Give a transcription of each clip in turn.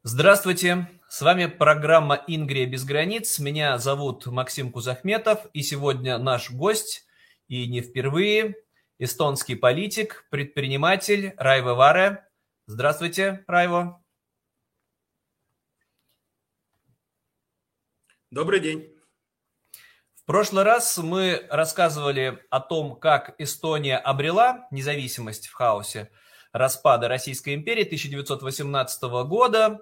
Здравствуйте, с вами программа «Ингрия без границ». Меня зовут Максим Кузахметов, и сегодня наш гость, и не впервые, эстонский политик, предприниматель Рaivo Vare. Здравствуйте, Рaivo. Добрый день. В прошлый раз мы рассказывали о том, как Эстония обрела независимость в хаосе распада Российской империи 1918 года.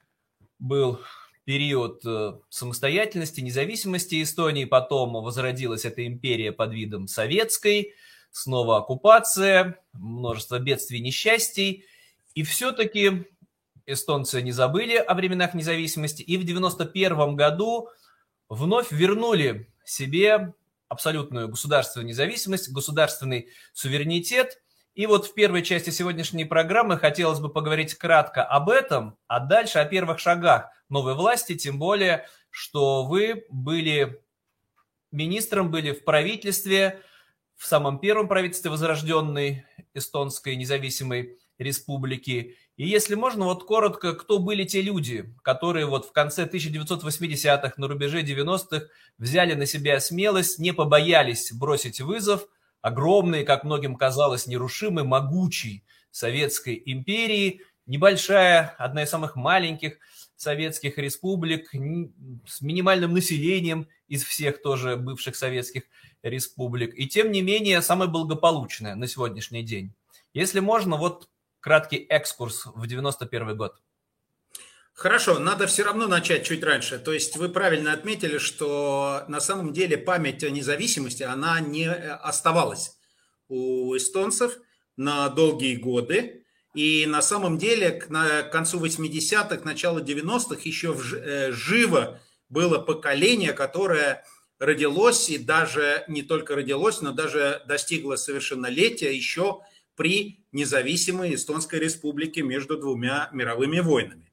Был период самостоятельности, независимости Эстонии, потом возродилась эта империя под видом советской, снова оккупация, множество бедствий, несчастий. И все-таки эстонцы не забыли о временах независимости, и в 1991 году вновь вернули себе абсолютную государственную независимость, государственный суверенитет. И вот в первой части сегодняшней программы хотелось бы поговорить кратко об этом, а дальше о первых шагах новой власти, тем более, что вы были министром, были в правительстве, в самом первом правительстве возрожденной эстонской независимой республики. И если можно, вот коротко, кто были те люди, которые вот в конце 1980-х, на рубеже 90-х взяли на себя смелость, не побоялись бросить вызов огромной, как многим казалось, нерушимой, могучей Советской империи, небольшая, одна из самых маленьких советских республик, с минимальным населением из всех тоже бывших советских республик, и тем не менее самая благополучная на сегодняшний день. Если можно, вот краткий экскурс в 91 год. Хорошо, надо все равно начать чуть раньше. То есть вы правильно отметили, что на самом деле память о независимости, она не оставалась у эстонцев на долгие годы. И на самом деле к концу 80-х, начало 90-х еще живо было поколение, которое родилось и даже не только родилось, но даже достигло совершеннолетия еще при независимой Эстонской республике между двумя мировыми войнами.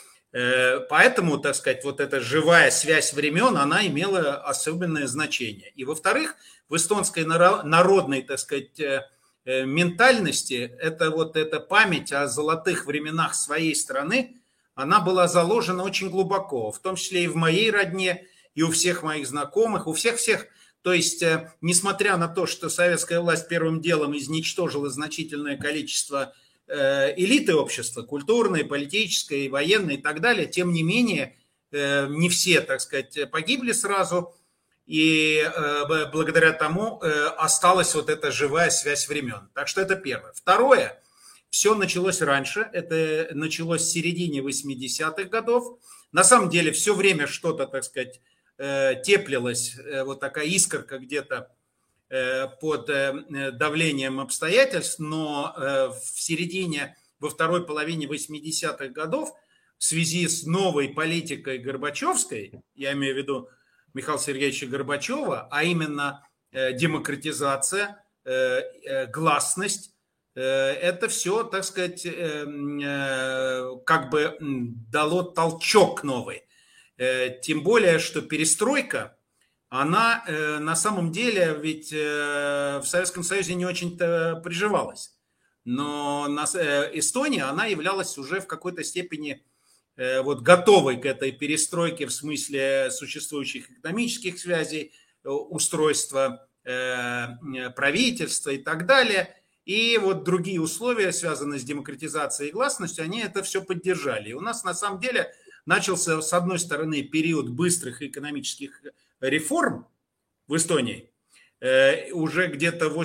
Поэтому, так сказать, вот эта живая связь времен, она имела особенное значение. И, во-вторых, в эстонской народной, так сказать, ментальности эта память о золотых временах своей страны, она была заложена очень глубоко, в том числе и в моей родне, и у всех моих знакомых, у всех-всех. То есть, несмотря на то, что советская власть первым делом изничтожила значительное количество элиты общества, культурной, политической, военной и так далее, тем не менее, не все, так сказать, погибли сразу, и благодаря тому осталась вот эта живая связь времен. Так что это первое. Второе, все началось раньше, это началось в середине 80-х годов. На самом деле все время что-то, так сказать, теплилась вот такая искорка где-то под давлением обстоятельств, но в середине, во второй половине 80-х годов в связи с новой политикой Горбачевской, я имею в виду Михаила Сергеевича Горбачева, а именно демократизация, гласность, это все, так сказать, как бы дало толчок новый. Тем более, что перестройка, она на самом деле ведь в Советском Союзе не очень-то приживалась. Но Эстония, она являлась уже в какой-то степени вот готовой к этой перестройке в смысле существующих экономических связей, устройства правительства и так далее. И вот другие условия, связанные с демократизацией и гласностью, они это все поддержали. И у нас на самом деле начался, с одной стороны, период быстрых экономических реформ в Эстонии уже где-то в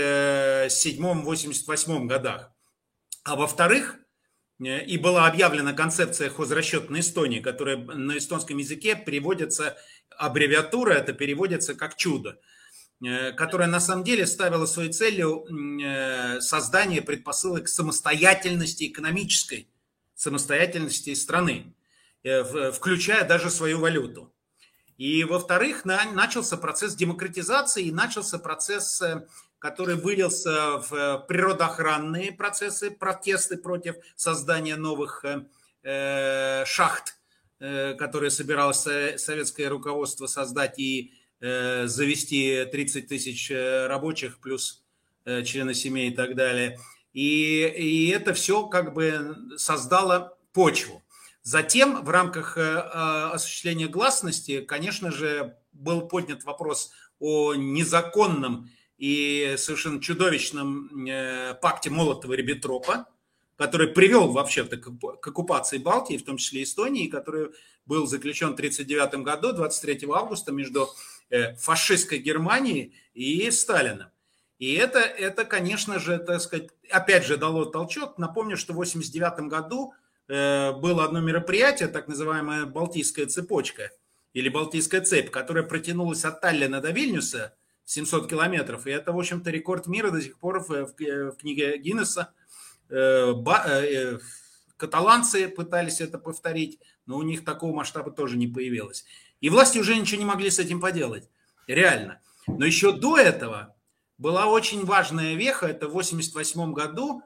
87-88 годах. А во-вторых, и была объявлена концепция хозрасчетной Эстонии, которая на эстонском языке переводится, аббревиатура это переводится как чудо, которая на самом деле ставила своей целью создание предпосылок самостоятельности экономической, самостоятельности страны, включая даже свою валюту. И, во-вторых, начался процесс демократизации, и начался процесс, который вылился в природоохранные процессы, протесты против создания новых шахт, которые собиралось советское руководство создать и завести 30 тысяч рабочих, плюс члены семей и так далее. И это все как бы создало почву. Затем в рамках осуществления гласности, конечно же, был поднят вопрос о незаконном и совершенно чудовищном пакте Молотова-Риббентропа, который привел вообще-то к оккупации Балтии, в том числе Эстонии, который был заключен в 1939 году, 23 августа, между фашистской Германией и Сталином. И это, конечно же, так сказать, опять же дало толчок. Напомню, что в 1989 году было одно мероприятие, так называемая Балтийская цепочка или Балтийская цепь, которая протянулась от Таллина до Вильнюса 700 километров. И это, в общем-то, рекорд мира до сих пор в книге Гиннесса. Каталанцы пытались это повторить, но у них такого масштаба тоже не появилось. И власти уже ничего не могли с этим поделать. Реально. Но еще до этого была очень важная веха. Это в 1988 году,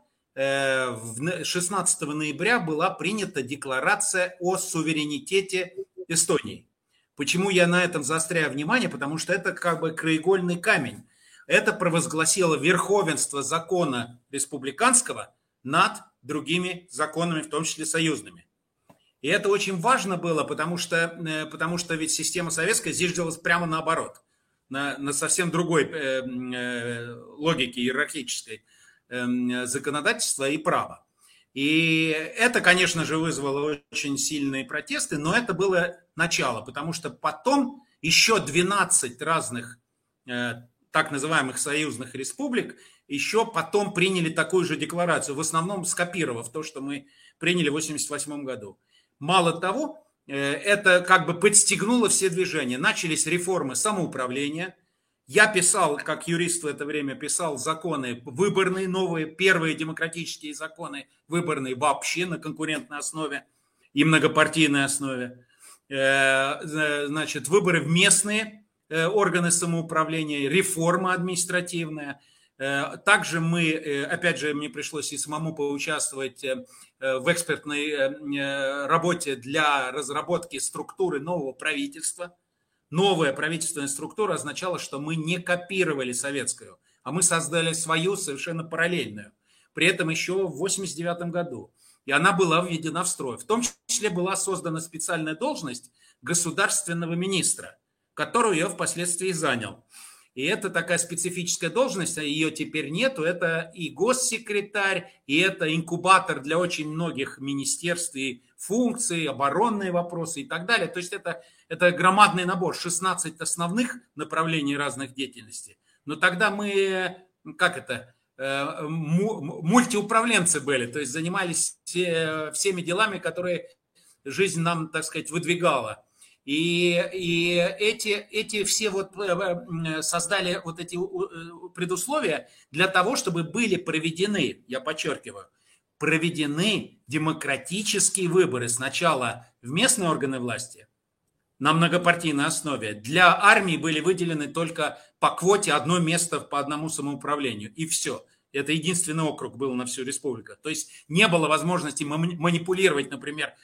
16 ноября, была принята декларация о суверенитете Эстонии. Почему я на этом заостряю внимание? Потому что это как бы краеугольный камень. Это провозгласило верховенство закона республиканского над другими законами, в том числе союзными. И это очень важно было, потому что ведь система советская зиждилась прямо наоборот, на совсем другой логике иерархической законодательства и права. И это, конечно же, вызвало очень сильные протесты, но это было начало, потому что потом еще 12 разных так называемых союзных республик еще потом приняли такую же декларацию, в основном скопировав то, что мы приняли в 1988 году. Мало того, это как бы подстегнуло все движения. Начались реформы самоуправления. Я писал, как юрист в это время писал законы выборные, новые, первые демократические законы, выборные вообще на конкурентной основе и многопартийной основе. Значит, выборы в местные органы самоуправления, реформа административная. Также мы, опять же, мне пришлось и самому поучаствовать в экспертной работе для разработки структуры нового правительства. Новая правительственная структура означала, что мы не копировали советскую, а мы создали свою совершенно параллельную. При этом еще в 1989 году. И она была введена в строй. В том числе была создана специальная должность государственного министра, которую я впоследствии занял. И это такая специфическая должность, а ее теперь нету. Это и госсекретарь, и это инкубатор для очень многих министерств и функций, оборонные вопросы и так далее. То есть это громадный набор, 16 основных направлений разных деятельностей. Но тогда мы, мультиуправленцы были, то есть занимались всеми делами, которые жизнь нам, так сказать, выдвигала. И эти все вот создали вот эти предусловия для того, чтобы были проведены, я подчеркиваю, проведены демократические выборы сначала в местные органы власти на многопартийной основе. Для армии были выделены только по квоте одно место по одному самоуправлению. И все. Это единственный округ был на всю республику. То есть не было возможности манипулировать, например,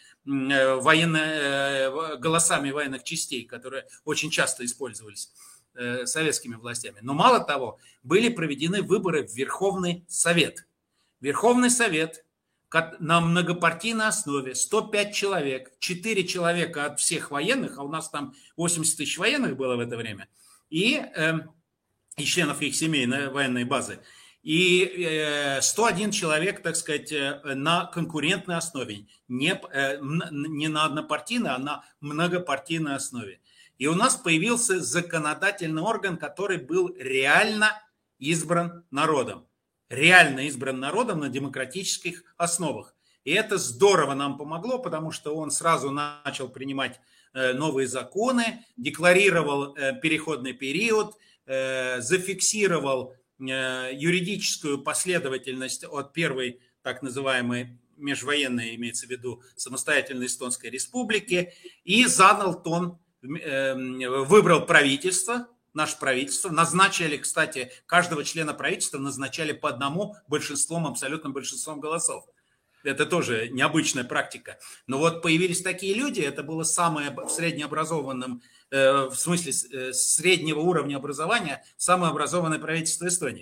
голосами военных частей, которые очень часто использовались советскими властями. Но мало того, были проведены выборы в Верховный Совет. Верховный Совет на многопартийной основе, 105 человек, 4 человека от всех военных, а у нас там 80 тысяч военных было в это время, и членов их семей на военной базе. И 101 человек, так сказать, на конкурентной основе, не на однопартийной, а на многопартийной основе. И у нас появился законодательный орган, который был реально избран народом. Реально избран народом на демократических основах. И это здорово нам помогло, потому что он сразу начал принимать новые законы, декларировал переходный период, зафиксировал юридическую последовательность от первой так называемой межвоенной, имеется в виду, самостоятельной Эстонской республики, и задал тон, выбрал правительство, наше правительство, назначили, кстати, каждого члена правительства назначали по одному большинством, абсолютным большинством голосов. Это тоже необычная практика. Но вот появились такие люди, это было самое в среднеобразованном, в смысле среднего уровня образования, самое образованное правительство Эстонии.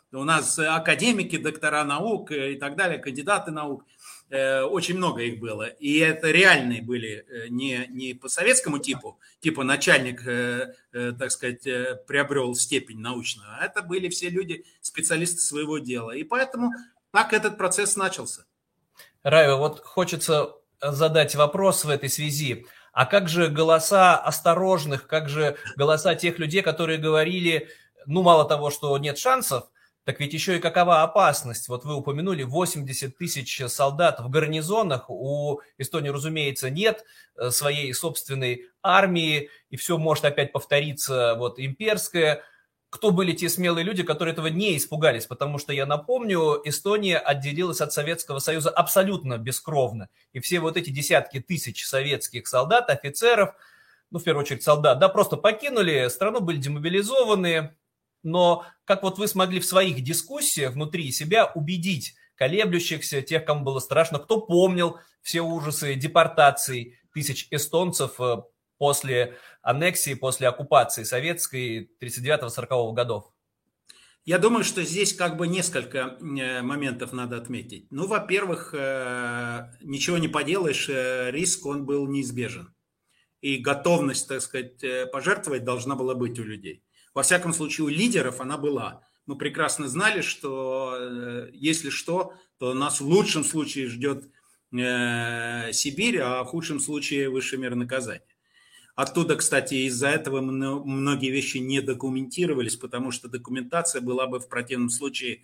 У нас академики, доктора наук и так далее, кандидаты наук. Очень много их было. И это реальные были, не по советскому типу начальник, так сказать, приобрел степень научную, а это были все люди, специалисты своего дела. И поэтому так этот процесс начался. Райва, вот хочется задать вопрос в этой связи. А как же голоса осторожных, как же голоса тех людей, которые говорили, ну, мало того, что нет шансов, так ведь еще и какова опасность? Вот вы упомянули 80 тысяч солдат в гарнизонах, у Эстонии, разумеется, нет своей собственной армии, и все может опять повториться вот имперское. Кто были те смелые люди, которые этого не испугались? Потому что, я напомню, Эстония отделилась от Советского Союза абсолютно бескровно. И все вот эти десятки тысяч советских солдат, офицеров, ну, в первую очередь солдат, да, просто покинули страну, были демобилизованы. Но как вот вы смогли в своих дискуссиях внутри себя убедить колеблющихся, тех, кому было страшно, кто помнил все ужасы депортаций тысяч эстонцев после аннексии, после оккупации советской 39-40 годов? Я думаю, что здесь как бы несколько моментов надо отметить. Ну, во-первых, ничего не поделаешь, риск, он был неизбежен. И готовность, так сказать, пожертвовать должна была быть у людей. Во всяком случае, у лидеров она была. Мы прекрасно знали, что если что, то нас в лучшем случае ждет Сибирь, а в худшем случае высшая мера наказания. Оттуда, кстати, из-за этого многие вещи не документировались, потому что документация была бы в противном случае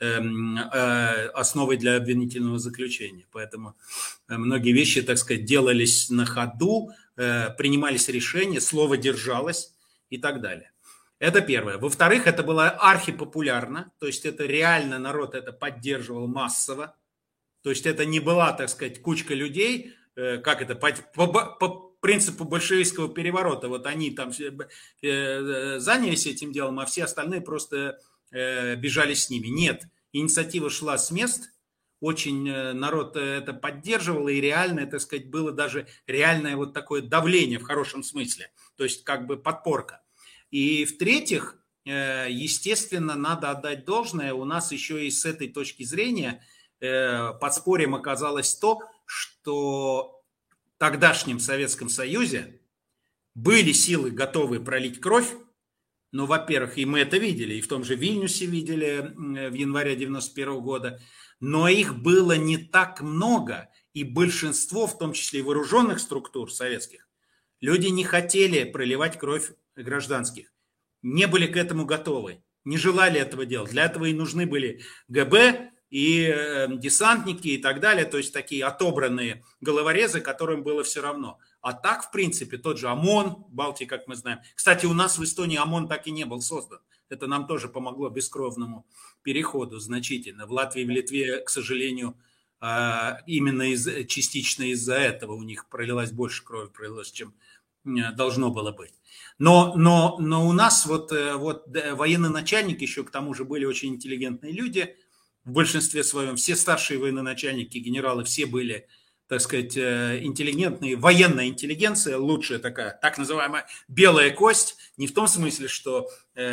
основой для обвинительного заключения. Поэтому многие вещи, так сказать, делались на ходу, принимались решения, слово держалось и так далее. Это первое. Во-вторых, это было архипопулярно, то есть это реально народ это поддерживал массово, то есть это не была, так сказать, кучка людей, как это, по принципу большевистского переворота, вот они там занялись этим делом, а все остальные просто бежали с ними. Нет, инициатива шла с мест, очень народ это поддерживал, и реально, так сказать, было даже реальное вот такое давление в хорошем смысле, то есть как бы подпорка. И в-третьих, естественно, надо отдать должное, у нас еще и с этой точки зрения подспорьем оказалось то, что в тогдашнем Советском Союзе были силы, готовые пролить кровь. Ну, во-первых, и мы это видели, и в том же Вильнюсе видели в январе 1991 года, но их было не так много, и большинство, в том числе и вооруженных структур советских, люди не хотели проливать кровь гражданских, не были к этому готовы, не желали этого делать. Для этого и нужны были ГБ и десантники и так далее, то есть такие отобранные головорезы, которым было все равно. А так, в принципе, тот же ОМОН, Балтии, как мы знаем. Кстати, у нас в Эстонии ОМОН так и не был создан. Это нам тоже помогло бескровному переходу значительно. В Латвии и в Литве, к сожалению, именно частично из-за этого у них пролилась больше крови, чем должно было быть. Но у нас вот военный начальник еще к тому же были очень интеллигентные люди, в большинстве своем. Все старшие военачальники, генералы, все были, так сказать, интеллигентные. Военная интеллигенция, лучшая такая, так называемая белая кость, не в том смысле, что,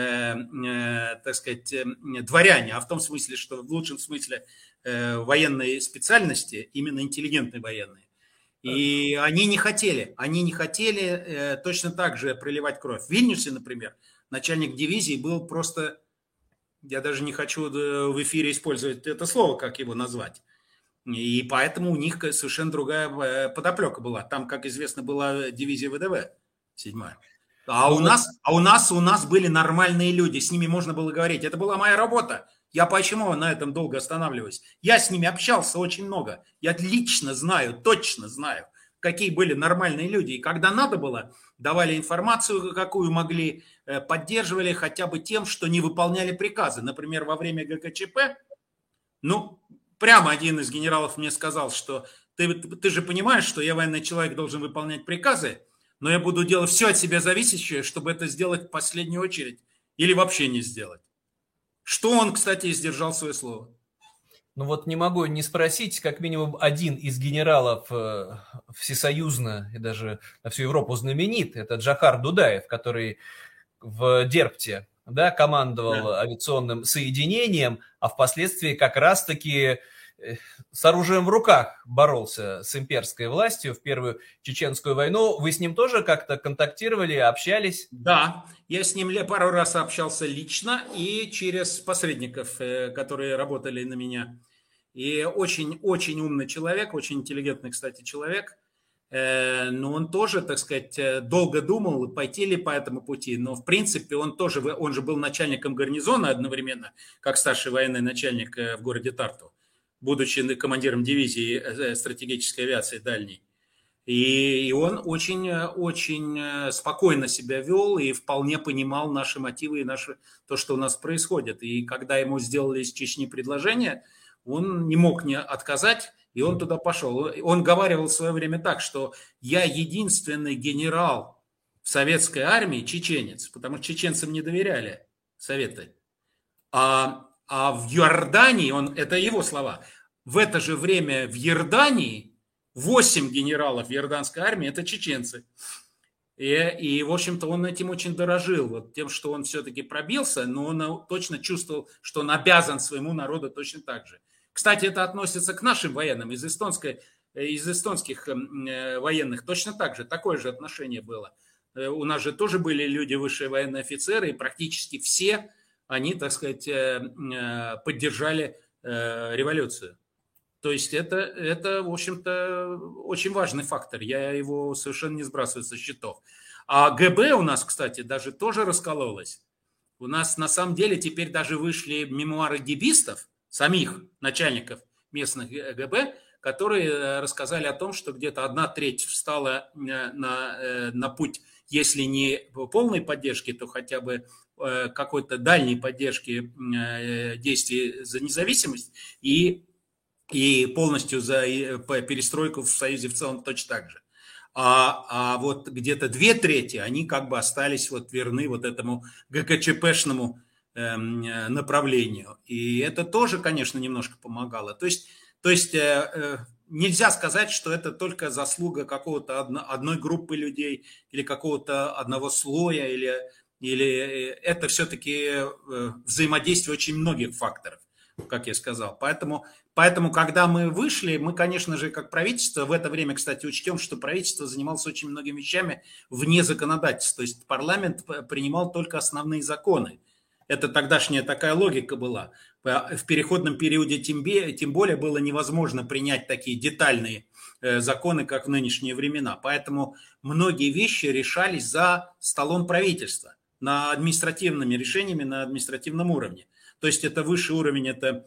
так сказать, дворяне, а в том смысле, что в лучшем смысле военной специальности, именно интеллигентные военные. И они не хотели точно так же проливать кровь. В Вильнюсе, например, начальник дивизии был просто, я даже не хочу в эфире использовать это слово, как его назвать. И поэтому у них совершенно другая подоплека была. Там, как известно, была дивизия ВДВ 7-я. А у нас были нормальные люди, с ними можно было говорить. Это была моя работа. Я почему на этом долго останавливаюсь? Я с ними общался очень много. Я лично знаю, точно знаю, какие были нормальные люди. И когда надо было, давали информацию, какую могли, поддерживали хотя бы тем, что не выполняли приказы. Например, во время ГКЧП, прямо один из генералов мне сказал, что ты же понимаешь, что я военный человек, должен выполнять приказы, но я буду делать все от себя зависящее, чтобы это сделать в последнюю очередь или вообще не сделать. Что он, кстати, сдержал свое слово. Ну вот не могу не спросить, как минимум один из генералов всесоюзно и даже на всю Европу знаменит, это Джохар Дудаев, который в Дербте да, командовал Да. авиационным соединением, а впоследствии как раз-таки с оружием в руках боролся с имперской властью в Первую Чеченскую войну. Вы с ним тоже как-то контактировали, общались? Да, я с ним пару раз общался лично и через посредников, которые работали на меня. И очень-очень умный человек, очень интеллигентный, кстати, человек. Но он тоже, так сказать, долго думал, пойти ли по этому пути. Но, в принципе, он же был начальником гарнизона одновременно, как старший военный начальник в городе Тарту, будучи командиром дивизии стратегической авиации дальней. И он очень спокойно себя вел и вполне понимал наши мотивы и то, что у нас происходит. И когда ему сделали из Чечни предложение, он не мог не отказать, и он туда пошел. Он говаривал в свое время так, что я единственный генерал в советской армии чеченец, потому что чеченцам не доверяли советы. А в Иордании, это его слова, в это же время в Иордании 8 генералов иорданской армии – это чеченцы. И, в общем-то, он этим очень дорожил, вот тем, что он все-таки пробился, но он точно чувствовал, что он обязан своему народу точно так же. Кстати, это относится к нашим военным из эстонских военных точно так же, такое же отношение было. У нас же тоже были люди, высшие военные офицеры, и практически все они, так сказать, поддержали революцию. То есть это, в общем-то, очень важный фактор. Я его совершенно не сбрасываю со счетов. А ГБ у нас, кстати, даже тоже раскололось. У нас на самом деле теперь даже вышли мемуары гибистов, самих начальников местных ГБ, которые рассказали о том, что где-то 1/3 встала на путь, если не полной поддержки, то хотя бы какой-то дальней поддержки действий за независимость и полностью за перестройку в Союзе в целом точно так же. А вот где-то 2/3, они как бы остались вот верны вот этому ГКЧПшному направлению. И это тоже, конечно, немножко помогало. То есть нельзя сказать, что это только заслуга какого-то одной группы людей или какого-то одного слоя, или это все-таки взаимодействие очень многих факторов, как я сказал. Поэтому, когда мы вышли, мы, конечно же, как правительство, в это время, кстати, учтем, что правительство занималось очень многими вещами вне законодательства. То есть парламент принимал только основные законы. Это тогдашняя такая логика была. В переходном периоде тем более было невозможно принять такие детальные законы, как в нынешние времена. Поэтому многие вещи решались за столом правительства, на административными решениями, на административном уровне. То есть это высший уровень, это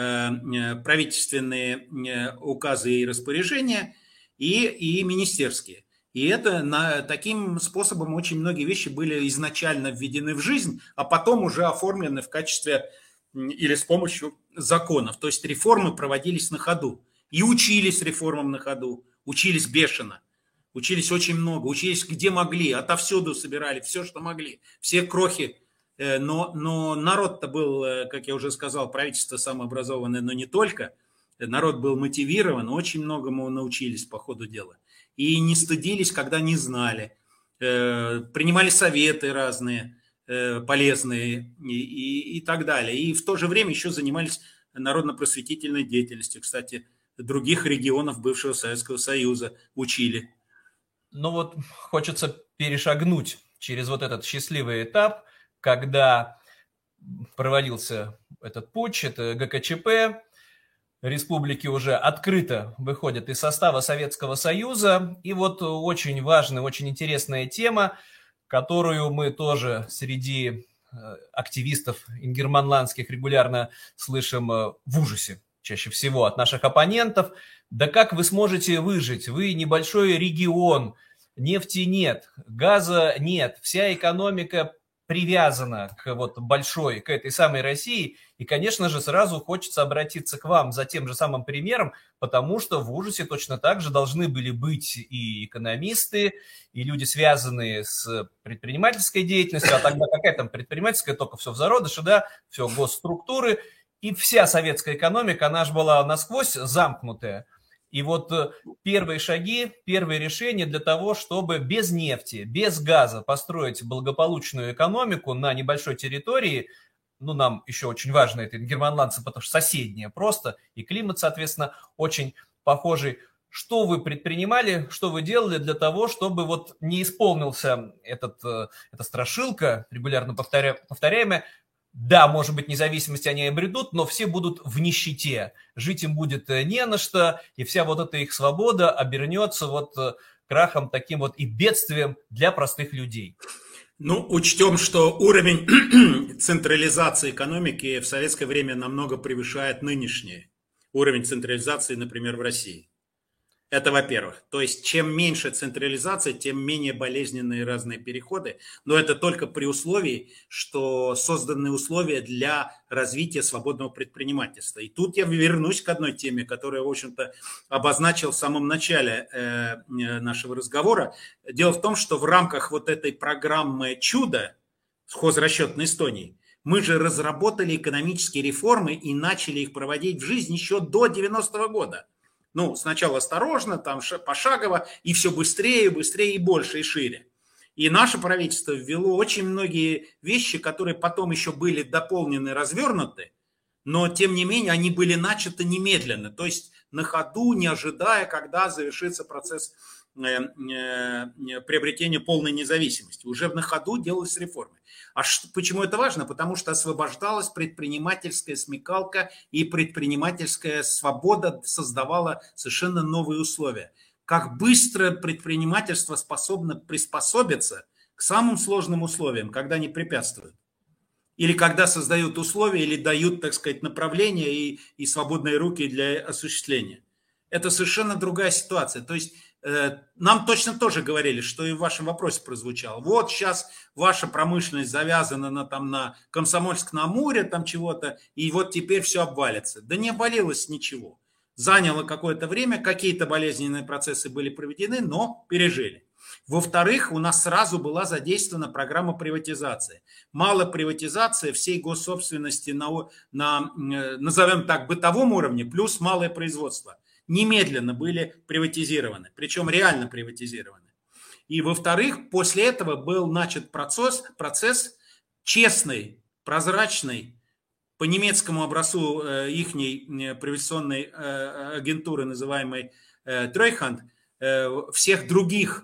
правительственные указы и распоряжения и министерские. И таким способом очень многие вещи были изначально введены в жизнь, а потом уже оформлены в качестве или с помощью законов. То есть реформы проводились на ходу. И учились реформам на ходу. Учились бешено. Учились очень много. Учились где могли. Отовсюду собирали все, что могли. Все крохи. Но народ-то был, как я уже сказал, правительство самообразованное, но не только. Народ был мотивирован. Очень многому научились по ходу дела. И не стыдились, когда не знали. Принимали советы разные, полезные и так далее. И в то же время еще занимались народно-просветительной деятельностью. Кстати, других регионов бывшего Советского Союза учили. Ну вот хочется перешагнуть через вот этот счастливый этап, когда провалился этот путч, это ГКЧП, республики уже открыто выходят из состава Советского Союза. И вот очень важная, очень интересная тема, которую мы тоже среди активистов ингерманландских регулярно слышим в ужасе чаще всего от наших оппонентов. Да как вы сможете выжить? Вы небольшой регион, нефти нет, газа нет, вся экономика привязана к к этой самой России. И, конечно же, сразу хочется обратиться к вам за тем же самым примером, потому что в ужасе точно так же должны были быть и экономисты, и люди, связанные с предпринимательской деятельностью, а тогда какая там предпринимательская, только все в зародыше, да, все госструктуры, и вся советская экономика, она же была насквозь замкнутая. И вот первые шаги, первые решения для того, чтобы без нефти, без газа построить благополучную экономику на небольшой территории. Ну, нам еще очень важно это германландцы, потому что соседние просто, и климат, соответственно, очень похожий. Что вы предпринимали, что вы делали для того, чтобы вот не исполнился эта страшилка, регулярно повторяемая? Да, может быть, независимость они обретут, но все будут в нищете. Жить им будет не на что, и вся вот эта их свобода обернется вот крахом таким вот и бедствием для простых людей. Ну, учтем, что уровень централизации экономики в советское время намного превышает нынешний уровень централизации, например, в России. Это во-первых. То есть, чем меньше централизация, тем менее болезненные разные переходы. Но это только при условии, что созданы условия для развития свободного предпринимательства. И тут я вернусь к одной теме, которую я, в общем-то, обозначил в самом начале нашего разговора. Дело в том, что в рамках вот этой программы «Чудо» с хозрасчетной Эстонии мы же разработали экономические реформы и начали их проводить в жизнь еще до 90-го года. Ну, сначала осторожно, там пошагово, и все быстрее, быстрее и больше, и шире. И наше правительство ввело очень многие вещи, которые потом еще были дополнены, развернуты, но, тем не менее, они были начаты немедленно, то есть на ходу, не ожидая, когда завершится процесс приобретения полной независимости. Уже на ходу делались реформы. Почему это важно? Потому что освобождалась предпринимательская смекалка, и предпринимательская свобода создавала совершенно новые условия. Как быстро предпринимательство способно приспособиться к самым сложным условиям, когда они препятствуют. Или когда создают условия, или дают, так сказать, направления и свободные руки для осуществления. Это совершенно другая ситуация. То есть нам точно тоже говорили, что и в вашем вопросе прозвучало. Вот сейчас ваша промышленность завязана на Комсомольск-на-Амуре, там чего-то, и вот теперь все обвалится. Да не обвалилось ничего. Заняло какое-то время, какие-то болезненные процессы были проведены, но пережили. Во-вторых, у нас сразу была задействована программа приватизации. Малая приватизация всей госсобственности на, назовем так, бытовом уровне, плюс малое производство. Немедленно были приватизированы, причем реально приватизированы. И, во-вторых, после этого был начат процесс честный, прозрачный, по немецкому образцу ихней приватизационной агентуры, называемой Тройханд, всех других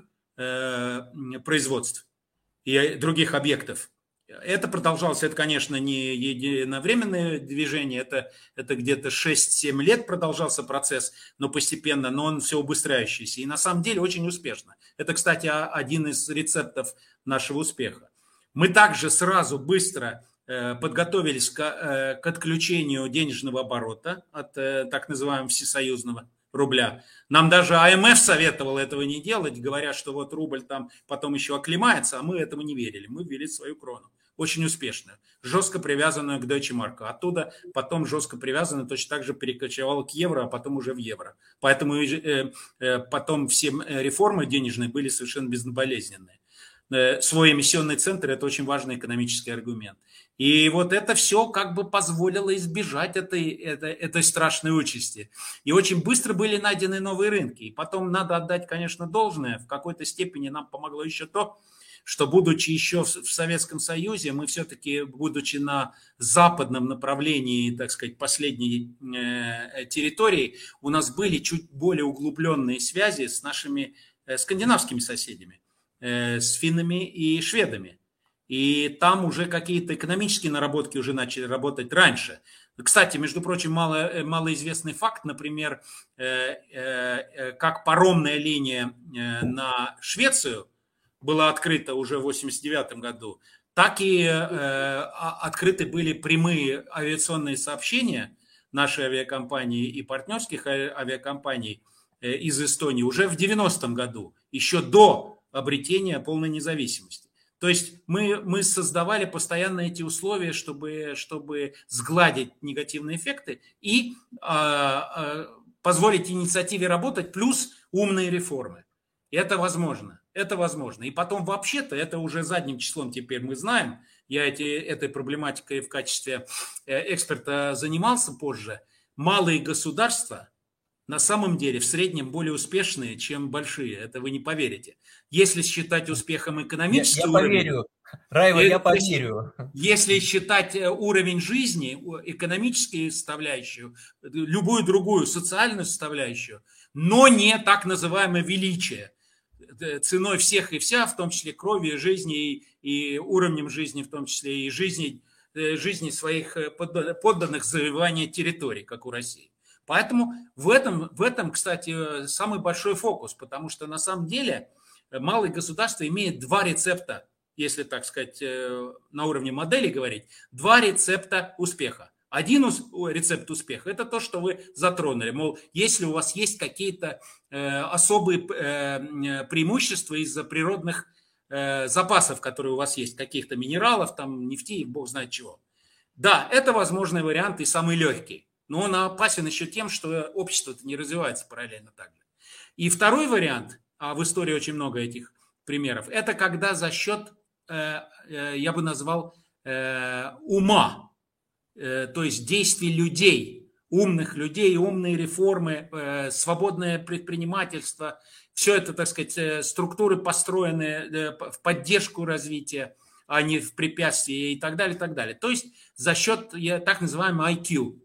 производств и других объектов. Это продолжалось, это, конечно, не единовременное движение, это где-то 6-7 лет продолжался процесс, но постепенно, но он все убыстряющийся. И на самом деле очень успешно. Это, кстати, один из рецептов нашего успеха. Мы также сразу быстро подготовились к отключению денежного оборота от так называемого всесоюзного рубля. Нам даже АМФ советовал этого не делать, говоря, что вот рубль там потом еще оклемается, а мы этому не верили. Мы ввели свою крону. Очень успешную, жестко привязанную к Deutsche Mark. Оттуда потом жестко привязанную, точно так же перекочевала к евро, а потом уже в евро. Поэтому потом все реформы денежные были совершенно безболезненные. Свой эмиссионный центр – это очень важный экономический аргумент. И вот это все как бы позволило избежать этой страшной участи. И очень быстро были найдены новые рынки. И потом надо отдать, конечно, должное. В какой-то степени нам помогло еще то, что, будучи еще в Советском Союзе, мы все-таки, будучи на западном направлении, так сказать, последней территории, у нас были чуть более углубленные связи с нашими скандинавскими соседями, с финнами и шведами. И там уже какие-то экономические наработки уже начали работать раньше. Кстати, между прочим, малоизвестный факт, например, как паромная линия на Швецию была открыта уже в 1989 году, так и открыты были прямые авиационные сообщения нашей авиакомпании и партнерских авиакомпаний из Эстонии уже в 90-м году, еще до обретения полной независимости. То есть мы создавали постоянно эти условия, чтобы сгладить негативные эффекты и позволить инициативе работать, плюс умные реформы. Это возможно. Это возможно. И потом вообще-то, это уже задним числом теперь мы знаем, я этой проблематикой в качестве эксперта занимался позже, малые государства на самом деле в среднем более успешные, чем большие. Это вы не поверите. Если считать успехом Я экономический уровень, поверю. Раева, я если, поверю. если считать уровень жизни, экономическую составляющую, любую другую социальную составляющую, но не так называемое величие, ценой всех и вся, в том числе крови и жизни, и уровнем жизни, в том числе и жизни своих подданных, завоевания территорий, как у России. Поэтому в этом, кстати, самый большой фокус, потому что на самом деле малое государство имеет два рецепта, если, так сказать, на уровне модели говорить, два рецепта успеха. Один рецепт успеха – это то, что вы затронули. Мол, если у вас есть какие-то особые преимущества из-за природных запасов, которые у вас есть, каких-то минералов, там, нефти и бог знает чего. Да, это возможный вариант и самый легкий. Но он опасен еще тем, что общество не развивается параллельно так же. И второй вариант, а в истории очень много этих примеров, это когда за счет, я бы назвал, ума, то есть действий людей, умных людей, умные реформы, свободное предпринимательство, все это, так сказать, структуры, построенные в поддержку развития, а не в препятствии и так далее, и так далее. То есть за счет так называемого IQ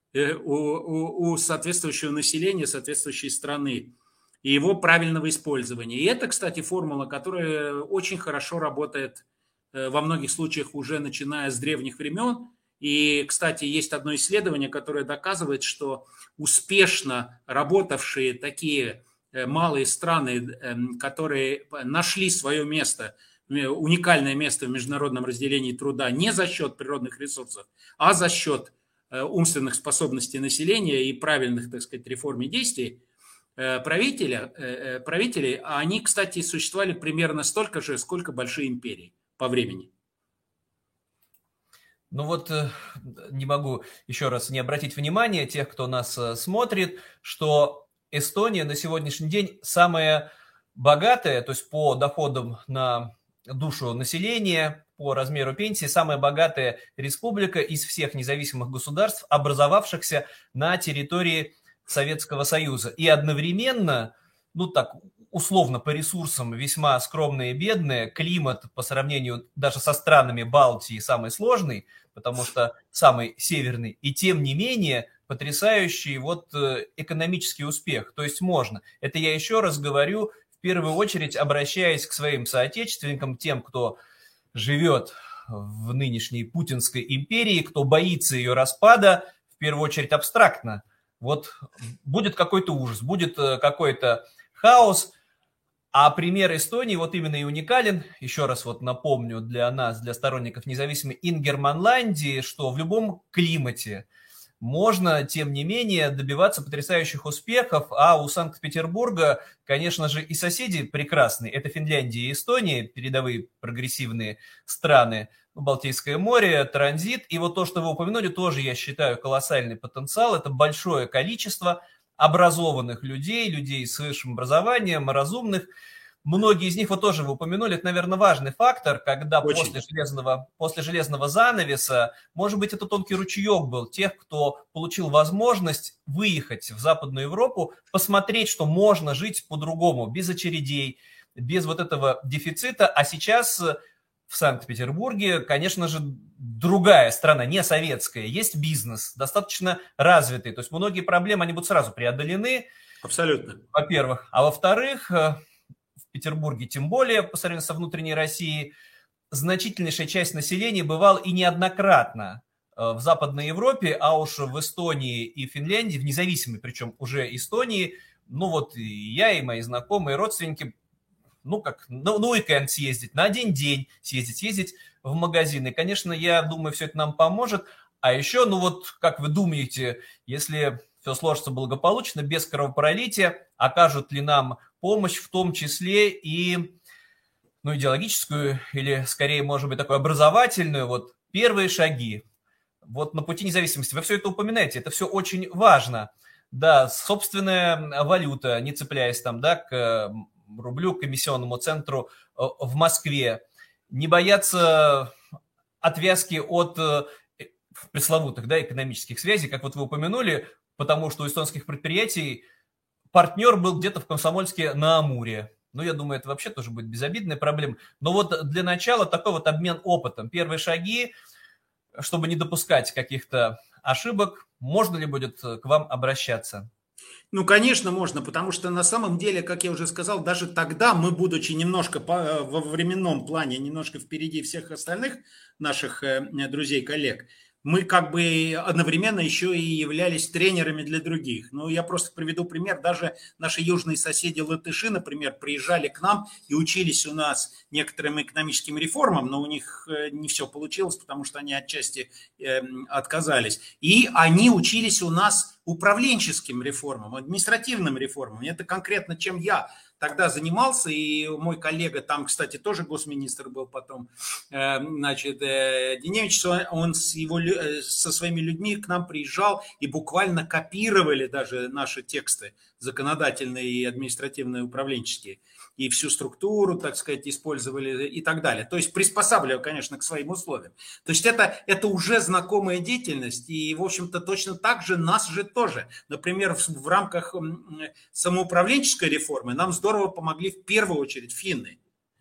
у соответствующего населения, соответствующей страны и его правильного использования. И это, кстати, формула, которая очень хорошо работает во многих случаях уже начиная с древних времен. И, кстати, есть одно исследование, которое доказывает, что успешно работавшие такие малые страны, которые нашли свое место, уникальное место в международном разделении труда не за счет природных ресурсов, а за счет умственных способностей населения и правильных, так сказать, реформ и действий правителей, они, кстати, существовали примерно столько же, сколько большие империи по времени. Ну вот не могу еще раз не обратить внимание тех, кто нас смотрит, что Эстония на сегодняшний день самая богатая, то есть по доходам на душу населения, по размеру пенсии, самая богатая республика из всех независимых государств, образовавшихся на территории Советского Союза. И одновременно, ну так, условно по ресурсам весьма скромные и бедные, климат по сравнению даже со странами Балтии самый сложный, потому что самый северный, и тем не менее потрясающий вот экономический успех. То есть можно. Это я еще раз говорю, в первую очередь обращаясь к своим соотечественникам, тем, кто живет в нынешней Путинской империи, кто боится ее распада, в первую очередь абстрактно. Вот будет какой-то ужас, будет какой-то хаос, а пример Эстонии вот именно и уникален. Еще раз вот напомню для нас, для сторонников независимой Ингерманландии, что в любом климате можно, тем не менее, добиваться потрясающих успехов, а у Санкт-Петербурга, конечно же, и соседи прекрасные. Это Финляндия и Эстония, передовые прогрессивные страны, Балтийское море, транзит. И вот то, что вы упомянули, тоже, я считаю, колоссальный потенциал. Это большое количество образованных людей, людей с высшим образованием, разумных. Многие из них, вот тоже вы упомянули, это, наверное, важный фактор, когда после железного занавеса, может быть, это тонкий ручеек был тех, кто получил возможность выехать в Западную Европу, посмотреть, что можно жить по-другому, без очередей, без вот этого дефицита. А сейчас в Санкт-Петербурге, конечно же, другая страна, не советская, есть бизнес, достаточно развитый. То есть многие проблемы, они будут сразу преодолены. Абсолютно. Во-первых. А во-вторых, в Петербурге, тем более, по сравнению со внутренней Россией, значительнейшая часть населения бывала и неоднократно в Западной Европе, а уж в Эстонии и Финляндии, в независимой, причем уже Эстонии, ну вот и я, и мои знакомые, родственники, ну как, на уикенд съездить, на один день съездить в магазин. И, конечно, я думаю, все это нам поможет. А еще, ну вот, как вы думаете, если все сложится благополучно, без кровопролития, окажут ли нам помощь, в том числе и идеологическую, или скорее, может быть, такую образовательную, вот первые шаги вот на пути независимости. Вы все это упоминаете, это все очень важно. Да, собственная валюта, не цепляясь там, да, к рублю, к комиссионному центру в Москве, не бояться отвязки от пресловутых, да, экономических связей, как вот вы упомянули, потому что у эстонских предприятий партнер был где-то в Комсомольске на Амуре. Ну, я думаю, это вообще тоже будет безобидная проблема. Но вот для начала такой вот обмен опытом. Первые шаги, чтобы не допускать каких-то ошибок, можно ли будет к вам обращаться? Ну, конечно, можно, потому что на самом деле, как я уже сказал, даже тогда мы, будучи немножко во временном плане, немножко впереди всех остальных наших друзей, коллег, мы как бы одновременно еще и являлись тренерами для других. Ну, я просто приведу пример. Даже наши южные соседи латыши, например, приезжали к нам и учились у нас некоторым экономическим реформам, но у них не все получилось, потому что они отчасти отказались. И они учились у нас управленческим реформам, административным реформам. Это конкретно чем я тогда занимался, и мой коллега, там, кстати, тоже госминистр был потом, значит, Деневич, он со своими людьми к нам приезжал и буквально копировали даже наши тексты законодательные и административные управленческие. И всю структуру, так сказать, использовали и так далее. То есть приспосабливая, конечно, к своим условиям. То есть это уже знакомая деятельность, и, в общем-то, точно так же нас же тоже. Например, в рамках самоуправленческой реформы нам здорово помогли в первую очередь финны.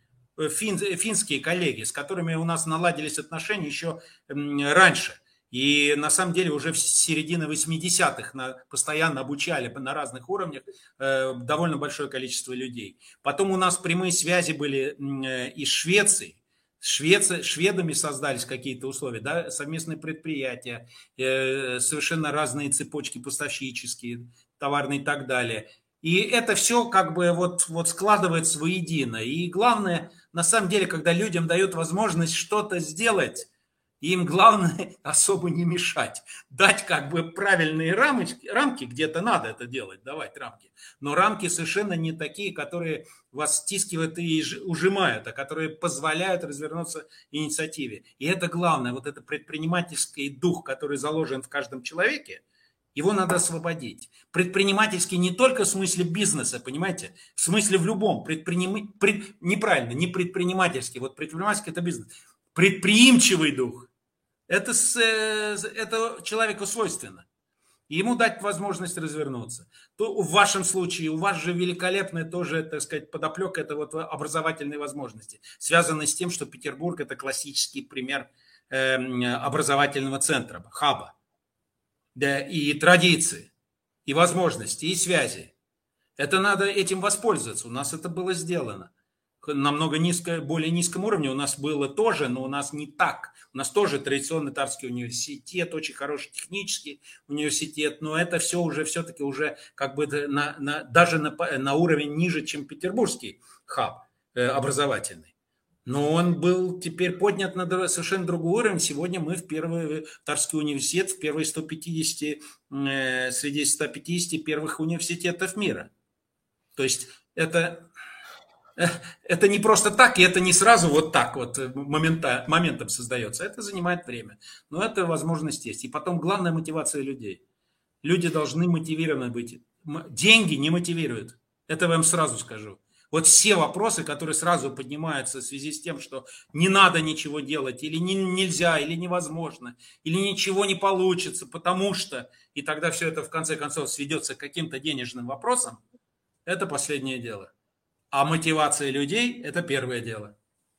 Финские коллеги, с которыми у нас наладились отношения еще раньше. И на самом деле уже в середине 80-х постоянно обучали на разных уровнях довольно большое количество людей. Потом у нас прямые связи были из Швеции. Шведами создались какие-то условия, да, совместные предприятия, совершенно разные цепочки поставщические, товарные и так далее. И это все как бы вот складывается воедино. И главное, на самом деле, когда людям дают возможность что-то сделать, им главное особо не мешать. Дать как бы правильные рамки, где-то надо это делать, давать рамки. Но рамки совершенно не такие, которые вас стискивают и ужимают, а которые позволяют развернуться инициативе. И это главное, вот это предпринимательский дух, который заложен в каждом человеке, его надо освободить. Предпринимательский не только в смысле бизнеса, понимаете? В смысле в любом. Неправильно, не предпринимательский. Вот предпринимательский – это бизнес. Предприимчивый дух. Это человеку свойственно. Ему дать возможность развернуться. То в вашем случае, у вас же великолепная тоже, так сказать, подоплека, это вот образовательные возможности, связанные с тем, что Петербург – это классический пример образовательного центра, хаба. Да, и традиции, и возможности, и связи. Это надо этим воспользоваться. У нас это было сделано. Намного более низком уровне у нас было тоже, но у нас не так. У нас тоже традиционный Тарский университет, очень хороший технический университет, но это все уже все-таки уже как бы даже на уровень ниже, чем петербургский хаб образовательный. Но он был теперь поднят на совершенно другой уровень. Сегодня мы в первый Тарский университет, в первые 150, среди 150 первых университетов мира. То есть это не просто так, и это не сразу вот так вот моментом создается. Это занимает время. Но это возможность есть. И потом главная мотивация людей. Люди должны мотивированы быть. Деньги не мотивируют. Это я вам сразу скажу. Вот все вопросы, которые сразу поднимаются в связи с тем, что не надо ничего делать, или нельзя, или невозможно, или ничего не получится, потому что, и тогда все это в конце концов сведется к каким-то денежным вопросам, это последнее дело. А мотивация людей – это первое дело.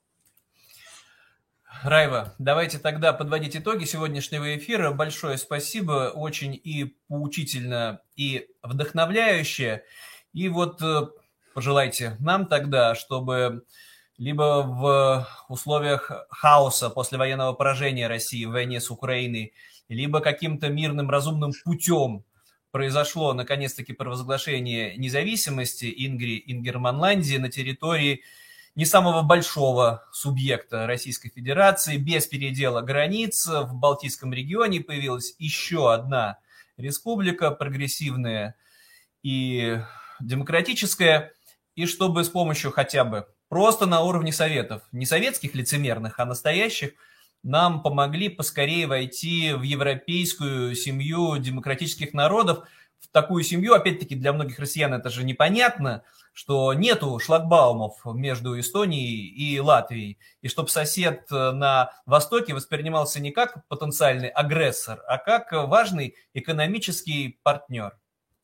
Райва, давайте тогда подводить итоги сегодняшнего эфира. Большое спасибо, очень и поучительно, и вдохновляюще. И вот пожелайте нам тогда, чтобы либо в условиях хаоса после военного поражения России в войне с Украиной, либо каким-то мирным, разумным путем произошло, наконец-таки, провозглашение независимости Ингерманландии на территории не самого большого субъекта Российской Федерации, без передела границ. В Балтийском регионе появилась еще одна республика, прогрессивная и демократическая, и чтобы с помощью хотя бы просто на уровне советов, не советских лицемерных, а настоящих, нам помогли поскорее войти в европейскую семью демократических народов, в такую семью, опять-таки, для многих россиян это же непонятно, что нету шлагбаумов между Эстонией и Латвией, и чтобы сосед на Востоке воспринимался не как потенциальный агрессор, а как важный экономический партнер.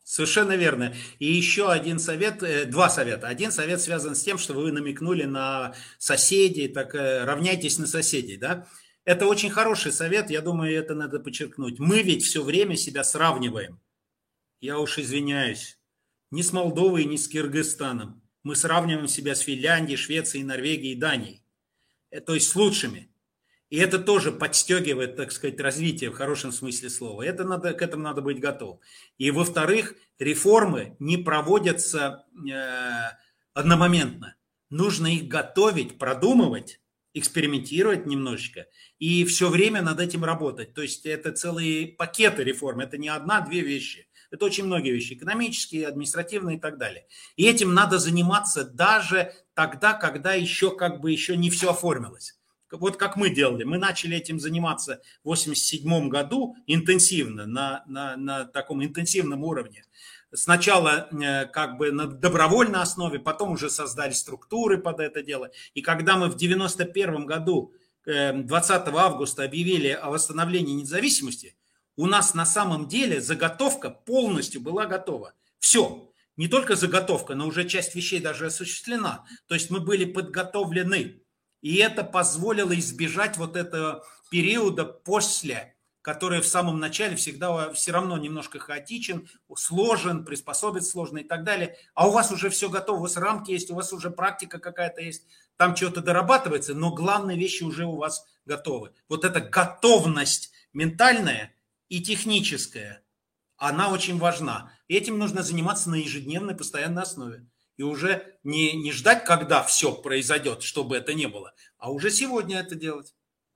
Совершенно верно. И еще один совет, два совета. Один совет связан с тем, что вы намекнули на соседей, так равняйтесь на соседей, да? Это очень хороший совет, я думаю, это надо подчеркнуть. Мы ведь все время себя сравниваем. Я уж извиняюсь. Ни с Молдовой, ни с Кыргызстаном. Мы сравниваем себя с Финляндией, Швецией, Норвегией и Данией. То есть с лучшими. И это тоже подстегивает, так сказать, развитие в хорошем смысле слова. К этому надо быть готовым. И, во-вторых, реформы не проводятся одномоментно. Нужно их готовить, продумывать, экспериментировать немножечко и все время над этим работать. То есть это целые пакеты реформ, это не одна-две вещи. Это очень многие вещи, экономические, административные и так далее. И этим надо заниматься даже тогда, когда еще еще не все оформилось. Вот как мы делали. Мы начали этим заниматься в 1987 году интенсивно, на таком интенсивном уровне. Сначала на добровольной основе, потом уже создали структуры под это дело. И когда мы в 1991 году, 20 августа, объявили о восстановлении независимости, у нас на самом деле заготовка полностью была готова. Все. Не только заготовка, но уже часть вещей даже осуществлена. То есть мы были подготовлены. И это позволило избежать вот этого периода после, который в самом начале всегда все равно немножко хаотичен, сложен, приспособить сложно и так далее. А у вас уже все готово, у вас рамки есть, у вас уже практика какая-то есть, там что-то дорабатывается, но главные вещи уже у вас готовы. Вот эта готовность ментальная и техническая, она очень важна. И этим нужно заниматься на ежедневной, постоянной основе. И уже не ждать, когда все произойдет, чтобы это не было, а уже сегодня это делать.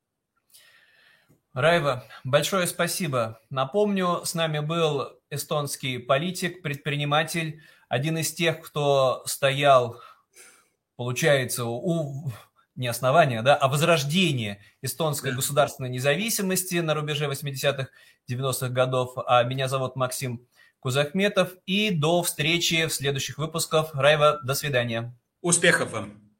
Райва, большое спасибо. Напомню, с нами был эстонский политик, предприниматель, один из тех, кто стоял, получается, не основания, да, а возрождения эстонской государственной независимости на рубеже 80-х, 90-х годов. А меня зовут Максим Кузахметов. И до встречи в следующих выпусках. Райва, до свидания. Успехов вам!